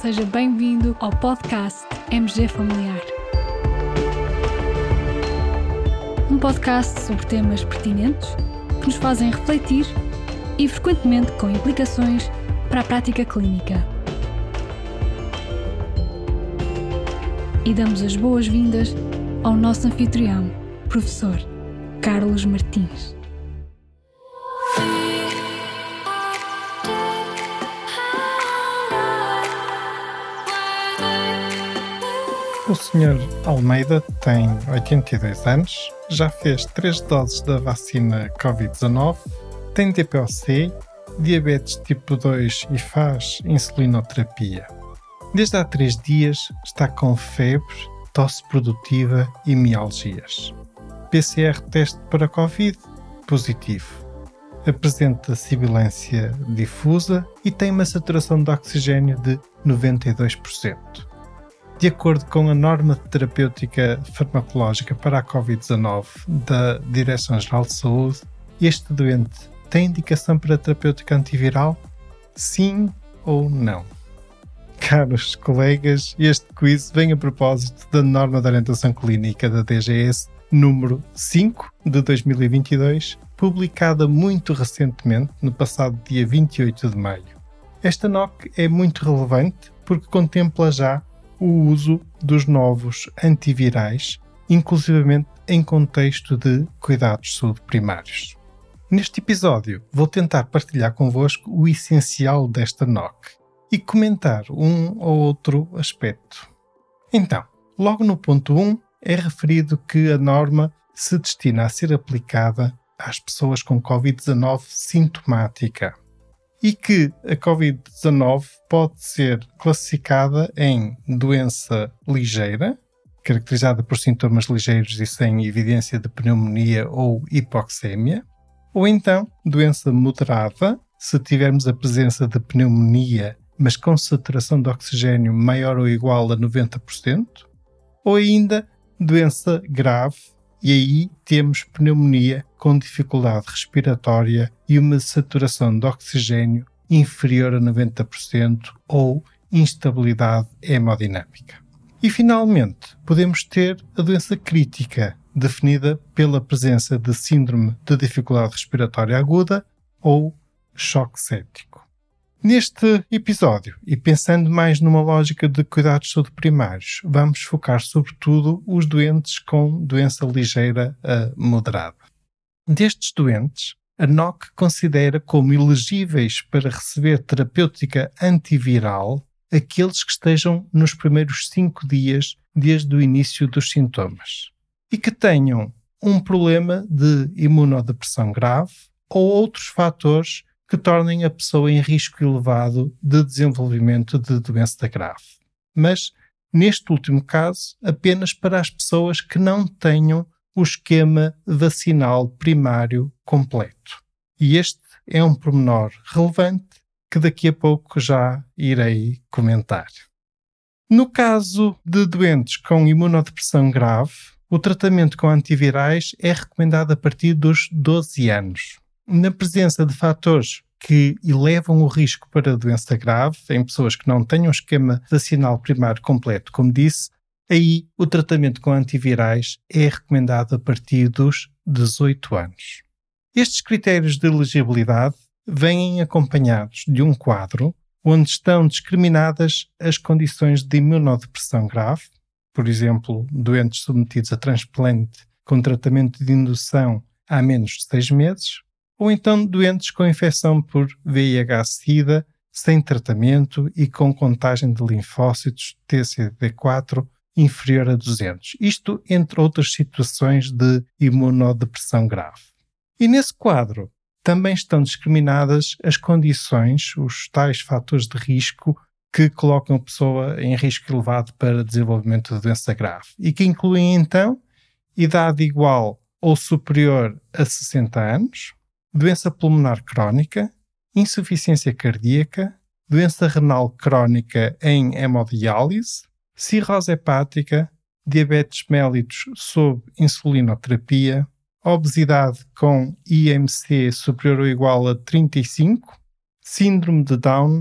seja bem-vindo ao podcast MG Familiar. Um podcast sobre temas pertinentes que nos fazem refletir e frequentemente com implicações para a prática clínica. E damos as boas-vindas ao nosso anfitrião, professor Carlos Martins. O Sr. Almeida tem 82 anos, já fez 3 doses da vacina Covid-19, tem DPOC, diabetes tipo 2 e faz insulinoterapia. Desde há 3 dias está com febre, tosse produtiva e mialgias. PCR teste para Covid positivo. Apresenta sibilância difusa e tem uma saturação de oxigênio de 92%. De acordo com a norma terapêutica farmacológica para a Covid-19 da Direção-Geral de Saúde, este doente tem indicação para terapêutica antiviral? Sim ou não? Caros colegas, este quiz vem a propósito da norma de orientação clínica da DGS número 5 de 2022, publicada muito recentemente, no passado dia 28 de maio. Esta NOC é muito relevante porque contempla já o uso dos novos antivirais, inclusivamente em contexto de cuidados de saúde primários. Neste episódio, vou tentar partilhar convosco o essencial desta NOC e comentar um ou outro aspecto. Então, logo no ponto 1, é referido que a norma se destina a ser aplicada às pessoas com Covid-19 sintomática e que a Covid-19 pode ser classificada em doença ligeira, caracterizada por sintomas ligeiros e sem evidência de pneumonia ou hipoxémia, ou então doença moderada, se tivermos a presença de pneumonia, mas com saturação de oxigênio maior ou igual a 90%, ou ainda doença grave, e aí temos pneumonia com dificuldade respiratória e uma saturação de oxigênio inferior a 90% ou instabilidade hemodinâmica. E finalmente, podemos ter a doença crítica, definida pela presença de síndrome de dificuldade respiratória aguda ou choque séptico. Neste episódio, e pensando mais numa lógica de cuidados de saúde primários, vamos focar sobretudo os doentes com doença ligeira a moderada. Destes doentes, a NOC considera como elegíveis para receber terapêutica antiviral aqueles que estejam nos primeiros 5 dias desde o início dos sintomas e que tenham um problema de imunodepressão grave ou outros fatores que tornem a pessoa em risco elevado de desenvolvimento de doença grave. Mas, neste último caso, apenas para as pessoas que não tenham o esquema vacinal primário completo. E este é um pormenor relevante que daqui a pouco já irei comentar. No caso de doentes com imunodepressão grave, o tratamento com antivirais é recomendado a partir dos 12 anos. Na presença de fatores que elevam o risco para a doença grave, em pessoas que não tenham esquema vacinal primário completo, como disse, aí o tratamento com antivirais é recomendado a partir dos 18 anos. Estes critérios de elegibilidade vêm acompanhados de um quadro onde estão discriminadas as condições de imunodepressão grave, por exemplo, doentes submetidos a transplante com tratamento de indução há menos de 6 meses, ou então doentes com infecção por VIH-Sida sem tratamento e com contagem de linfócitos TCD4 inferior a 200. Isto entre outras situações de imunodepressão grave. E nesse quadro também estão discriminadas as condições, os tais fatores de risco que colocam a pessoa em risco elevado para desenvolvimento de doença grave e que incluem então idade igual ou superior a 60 anos, doença pulmonar crónica, insuficiência cardíaca, doença renal crónica em hemodiálise, cirrose hepática, diabetes mellitus sob insulinoterapia, obesidade com IMC superior ou igual a 35, síndrome de Down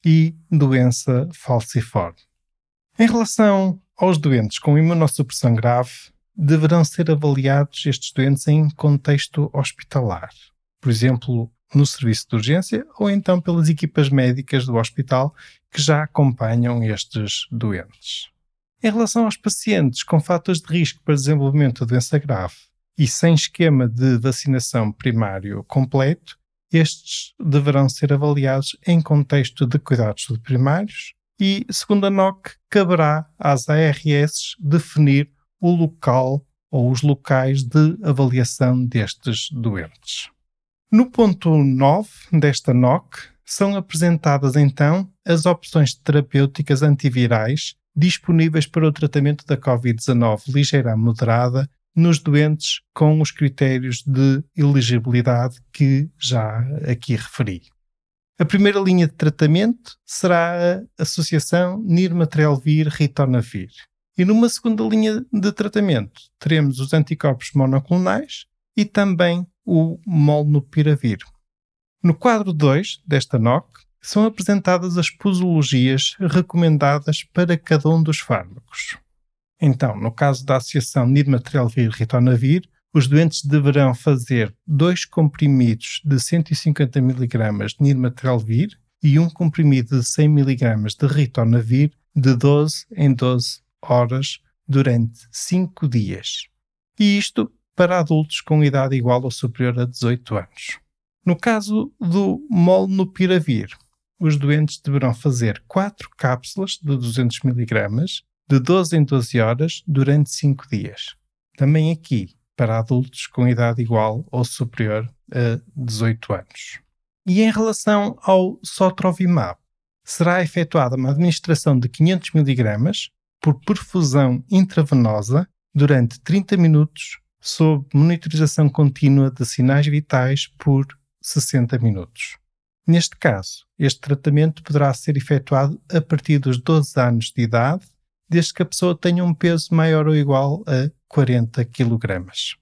e doença falciforme. Em relação aos doentes com imunossupressão grave, deverão ser avaliados estes doentes em contexto hospitalar, por exemplo, no serviço de urgência ou então pelas equipas médicas do hospital que já acompanham estes doentes. Em relação aos pacientes com fatores de risco para desenvolvimento da doença grave e sem esquema de vacinação primário completo, estes deverão ser avaliados em contexto de cuidados primários e, segundo a NOC, caberá às ARS definir o local ou os locais de avaliação destes doentes. No ponto 9 desta NOC, são apresentadas então as opções terapêuticas antivirais disponíveis para o tratamento da Covid-19 ligeira a moderada nos doentes com os critérios de elegibilidade que já aqui referi. A primeira linha de tratamento será a associação Nirmatrelvir-Ritonavir. E numa segunda linha de tratamento teremos os anticorpos monoclonais e também o molnupiravir. No quadro 2 desta NOC, são apresentadas as posologias recomendadas para cada um dos fármacos. Então, no caso da associação Nirmatrelvir-Ritonavir, os doentes deverão fazer 2 comprimidos de 150 mg de Nirmatrelvir e um comprimido de 100 mg de Ritonavir de 12 em 12 horas durante 5 dias. E isto para adultos com idade igual ou superior a 18 anos. No caso do molnupiravir, os doentes deverão fazer 4 cápsulas de 200 mg de 12 em 12 horas durante 5 dias. Também aqui para adultos com idade igual ou superior a 18 anos. E em relação ao sotrovimab, será efetuada uma administração de 500 mg por perfusão intravenosa durante 30 minutos sob monitorização contínua de sinais vitais por 60 minutos. Neste caso, este tratamento poderá ser efetuado a partir dos 12 anos de idade, desde que a pessoa tenha um peso maior ou igual a 40 kg.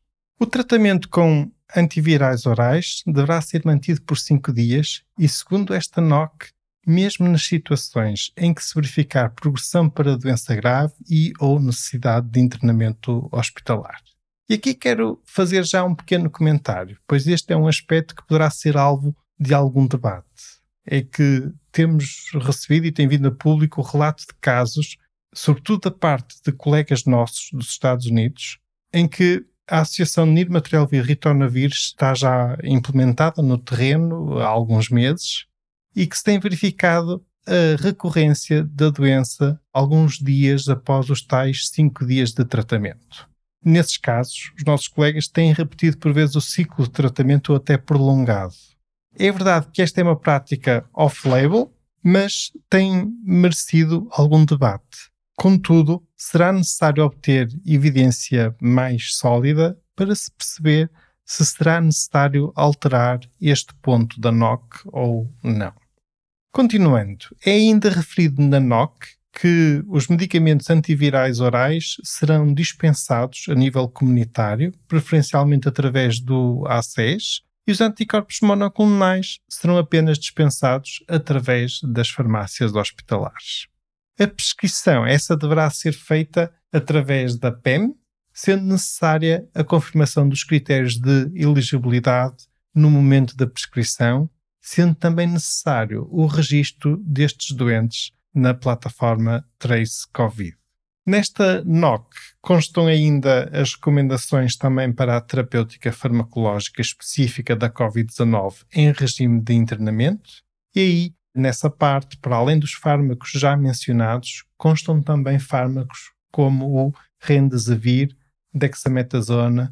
O tratamento com antivirais orais deverá ser mantido por 5 dias e, segundo esta NOC, mesmo nas situações em que se verificar progressão para doença grave e ou necessidade de internamento hospitalar. E aqui quero fazer já um pequeno comentário, pois este é um aspecto que poderá ser alvo de algum debate. É que temos recebido e tem vindo a público o relato de casos, sobretudo da parte de colegas nossos dos Estados Unidos, em que a associação Nirmatrelvir-Ritonavir está já implementada no terreno há alguns meses e que se tem verificado a recorrência da doença alguns dias após os tais 5 dias de tratamento. Nesses casos, os nossos colegas têm repetido por vezes o ciclo de tratamento ou até prolongado. É verdade que esta é uma prática off-label, mas tem merecido algum debate. Contudo, será necessário obter evidência mais sólida para se perceber se será necessário alterar este ponto da NOC ou não. Continuando, é ainda referido na NOC que os medicamentos antivirais orais serão dispensados a nível comunitário, preferencialmente através do ACES, e os anticorpos monoclonais serão apenas dispensados através das farmácias hospitalares. A prescrição, essa deverá ser feita através da PEM, sendo necessária a confirmação dos critérios de elegibilidade no momento da prescrição, sendo também necessário o registro destes doentes na plataforma Trace Covid. Nesta NOC constam ainda as recomendações também para a terapêutica farmacológica específica da Covid-19 em regime de internamento e aí, nessa parte, para além dos fármacos já mencionados, constam também fármacos como o Remdesivir, Dexametasona,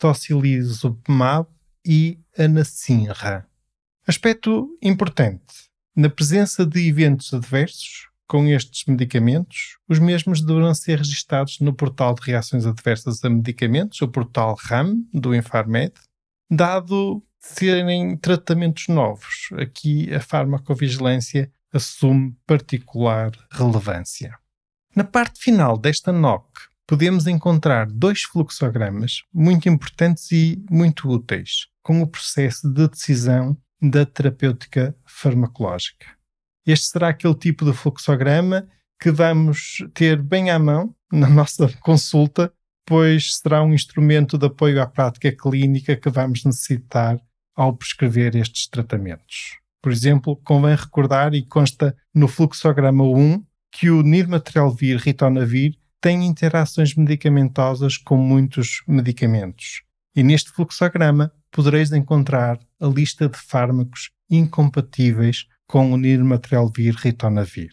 Tocilizumab e Anakinra. Aspecto importante: na presença de eventos adversos com estes medicamentos, os mesmos deverão ser registados no portal de reações adversas a medicamentos, o portal RAM do Infarmed, dado serem tratamentos novos. Aqui a farmacovigilância assume particular relevância. Na parte final desta NOC, podemos encontrar 2 fluxogramas muito importantes e muito úteis, com o processo de decisão da terapêutica farmacológica. Este será aquele tipo de fluxograma que vamos ter bem à mão na nossa consulta, pois será um instrumento de apoio à prática clínica que vamos necessitar ao prescrever estes tratamentos. Por exemplo, convém recordar, e consta no fluxograma 1, que o nirmatrelvir-ritonavir tem interações medicamentosas com muitos medicamentos. E neste fluxograma podereis encontrar a lista de fármacos incompatíveis com o nirmatrelvir-ritonavir.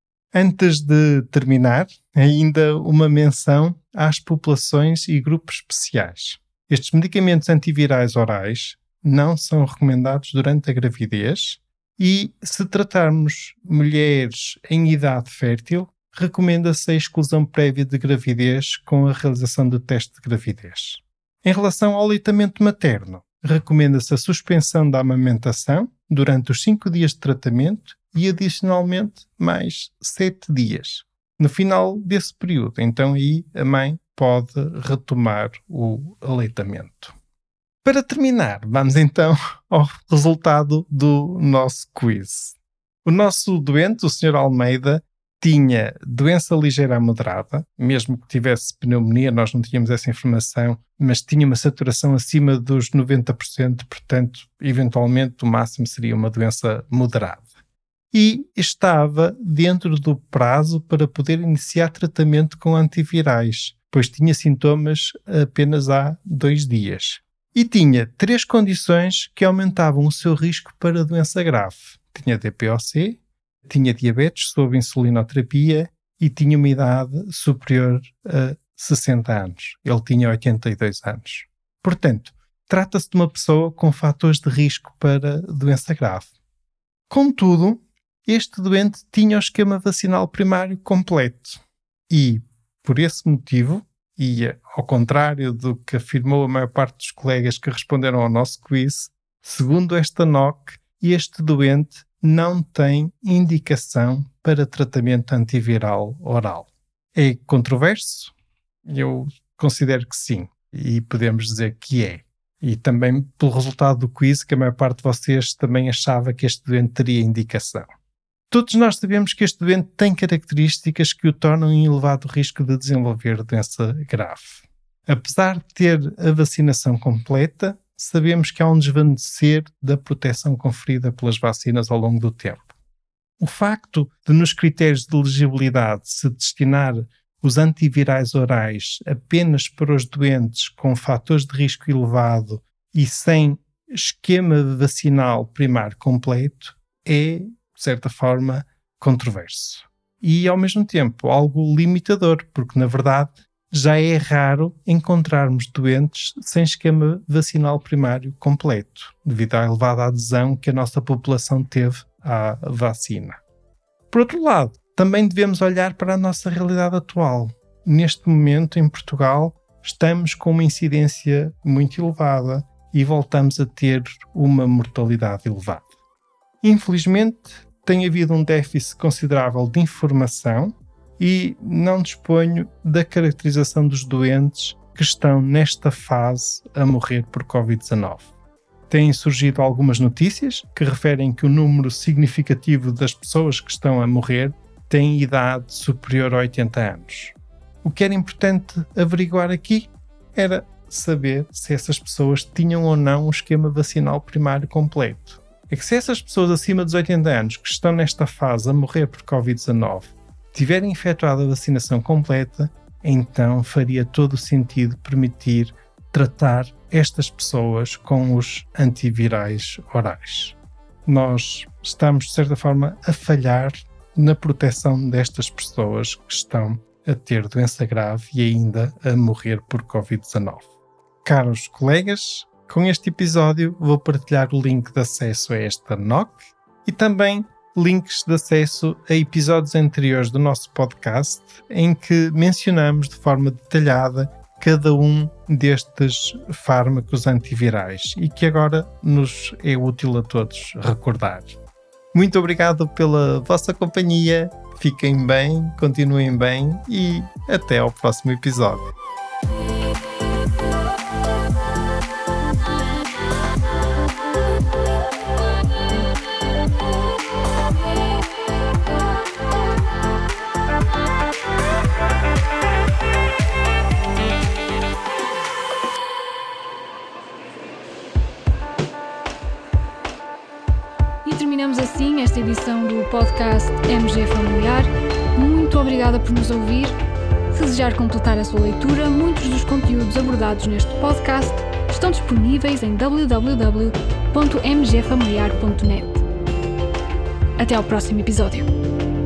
Antes de terminar, ainda uma menção às populações e grupos especiais. Estes medicamentos antivirais orais não são recomendados durante a gravidez e, se tratarmos mulheres em idade fértil, recomenda-se a exclusão prévia de gravidez com a realização do teste de gravidez. Em relação ao aleitamento materno, recomenda-se a suspensão da amamentação durante os 5 dias de tratamento e, adicionalmente, mais 7 dias. No final desse período, então aí a mãe pode retomar o aleitamento. Para terminar, vamos então ao resultado do nosso quiz. O nosso doente, o Sr. Almeida, tinha doença ligeira a moderada, mesmo que tivesse pneumonia, nós não tínhamos essa informação, mas tinha uma saturação acima dos 90%, portanto, eventualmente o máximo seria uma doença moderada. E estava dentro do prazo para poder iniciar tratamento com antivirais, pois tinha sintomas apenas há 2 dias. E tinha 3 condições que aumentavam o seu risco para doença grave. Tinha DPOC, tinha diabetes sob insulinoterapia e tinha uma idade superior a 60 anos. Ele tinha 82 anos. Portanto, trata-se de uma pessoa com fatores de risco para doença grave. Contudo, este doente tinha o esquema vacinal primário completo e, por esse motivo, e ao contrário do que afirmou a maior parte dos colegas que responderam ao nosso quiz, segundo esta NOC, este doente não tem indicação para tratamento antiviral oral. É controverso? Eu considero que sim, e podemos dizer que é. E também pelo resultado do quiz, que a maior parte de vocês também achava que este doente teria indicação. Todos nós sabemos que este doente tem características que o tornam em elevado risco de desenvolver doença grave. Apesar de ter a vacinação completa, sabemos que há um desvanecer da proteção conferida pelas vacinas ao longo do tempo. O facto de, nos critérios de elegibilidade, se destinar os antivirais orais apenas para os doentes com fatores de risco elevado e sem esquema vacinal primário completo é, de certa forma, controverso. E, ao mesmo tempo, algo limitador, porque, na verdade, já é raro encontrarmos doentes sem esquema vacinal primário completo, devido à elevada adesão que a nossa população teve à vacina. Por outro lado, também devemos olhar para a nossa realidade atual. Neste momento, em Portugal, estamos com uma incidência muito elevada e voltamos a ter uma mortalidade elevada. Infelizmente, tem havido um déficit considerável de informação e não disponho da caracterização dos doentes que estão nesta fase a morrer por Covid-19. Têm surgido algumas notícias que referem que o número significativo das pessoas que estão a morrer tem idade superior a 80 anos. O que era importante averiguar aqui era saber se essas pessoas tinham ou não um esquema vacinal primário completo. É que se essas pessoas acima dos 80 anos que estão nesta fase a morrer por Covid-19 tiverem efetuado a vacinação completa, então faria todo o sentido permitir tratar estas pessoas com os antivirais orais. Nós estamos, de certa forma, a falhar na proteção destas pessoas que estão a ter doença grave e ainda a morrer por Covid-19. Caros colegas, com este episódio vou partilhar o link de acesso a esta NOC e também links de acesso a episódios anteriores do nosso podcast em que mencionamos de forma detalhada cada um destes fármacos antivirais e que agora nos é útil a todos recordar. Muito obrigado pela vossa companhia, fiquem bem, continuem bem e até ao próximo episódio. terminamos assim esta edição do podcast MG Familiar. Muito obrigada por nos ouvir. Se desejar completar a sua leitura, muitos dos conteúdos abordados neste podcast estão disponíveis em www.mgfamiliar.net. Até ao próximo episódio.